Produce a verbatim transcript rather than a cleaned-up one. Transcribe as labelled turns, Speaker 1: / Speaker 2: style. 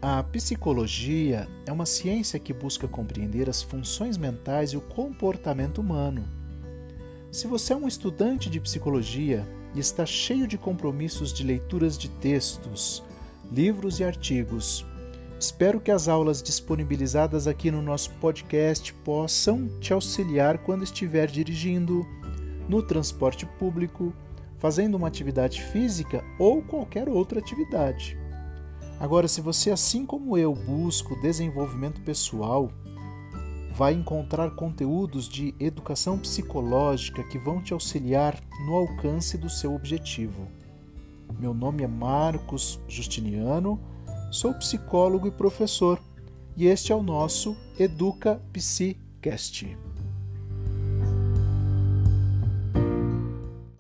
Speaker 1: A psicologia é uma ciência que busca compreender as funções mentais e o comportamento humano. Se você é um estudante de psicologia e está cheio de compromissos de leituras de textos, livros e artigos, espero que as aulas disponibilizadas aqui no nosso podcast possam te auxiliar quando estiver dirigindo, no transporte público, fazendo uma atividade física ou qualquer outra atividade. Agora, se você, assim como eu, busca o desenvolvimento pessoal, vai encontrar conteúdos de educação psicológica que vão te auxiliar no alcance do seu objetivo. Meu nome é Marcos Justiniano, sou psicólogo e professor, e este é o nosso Educa Psicast.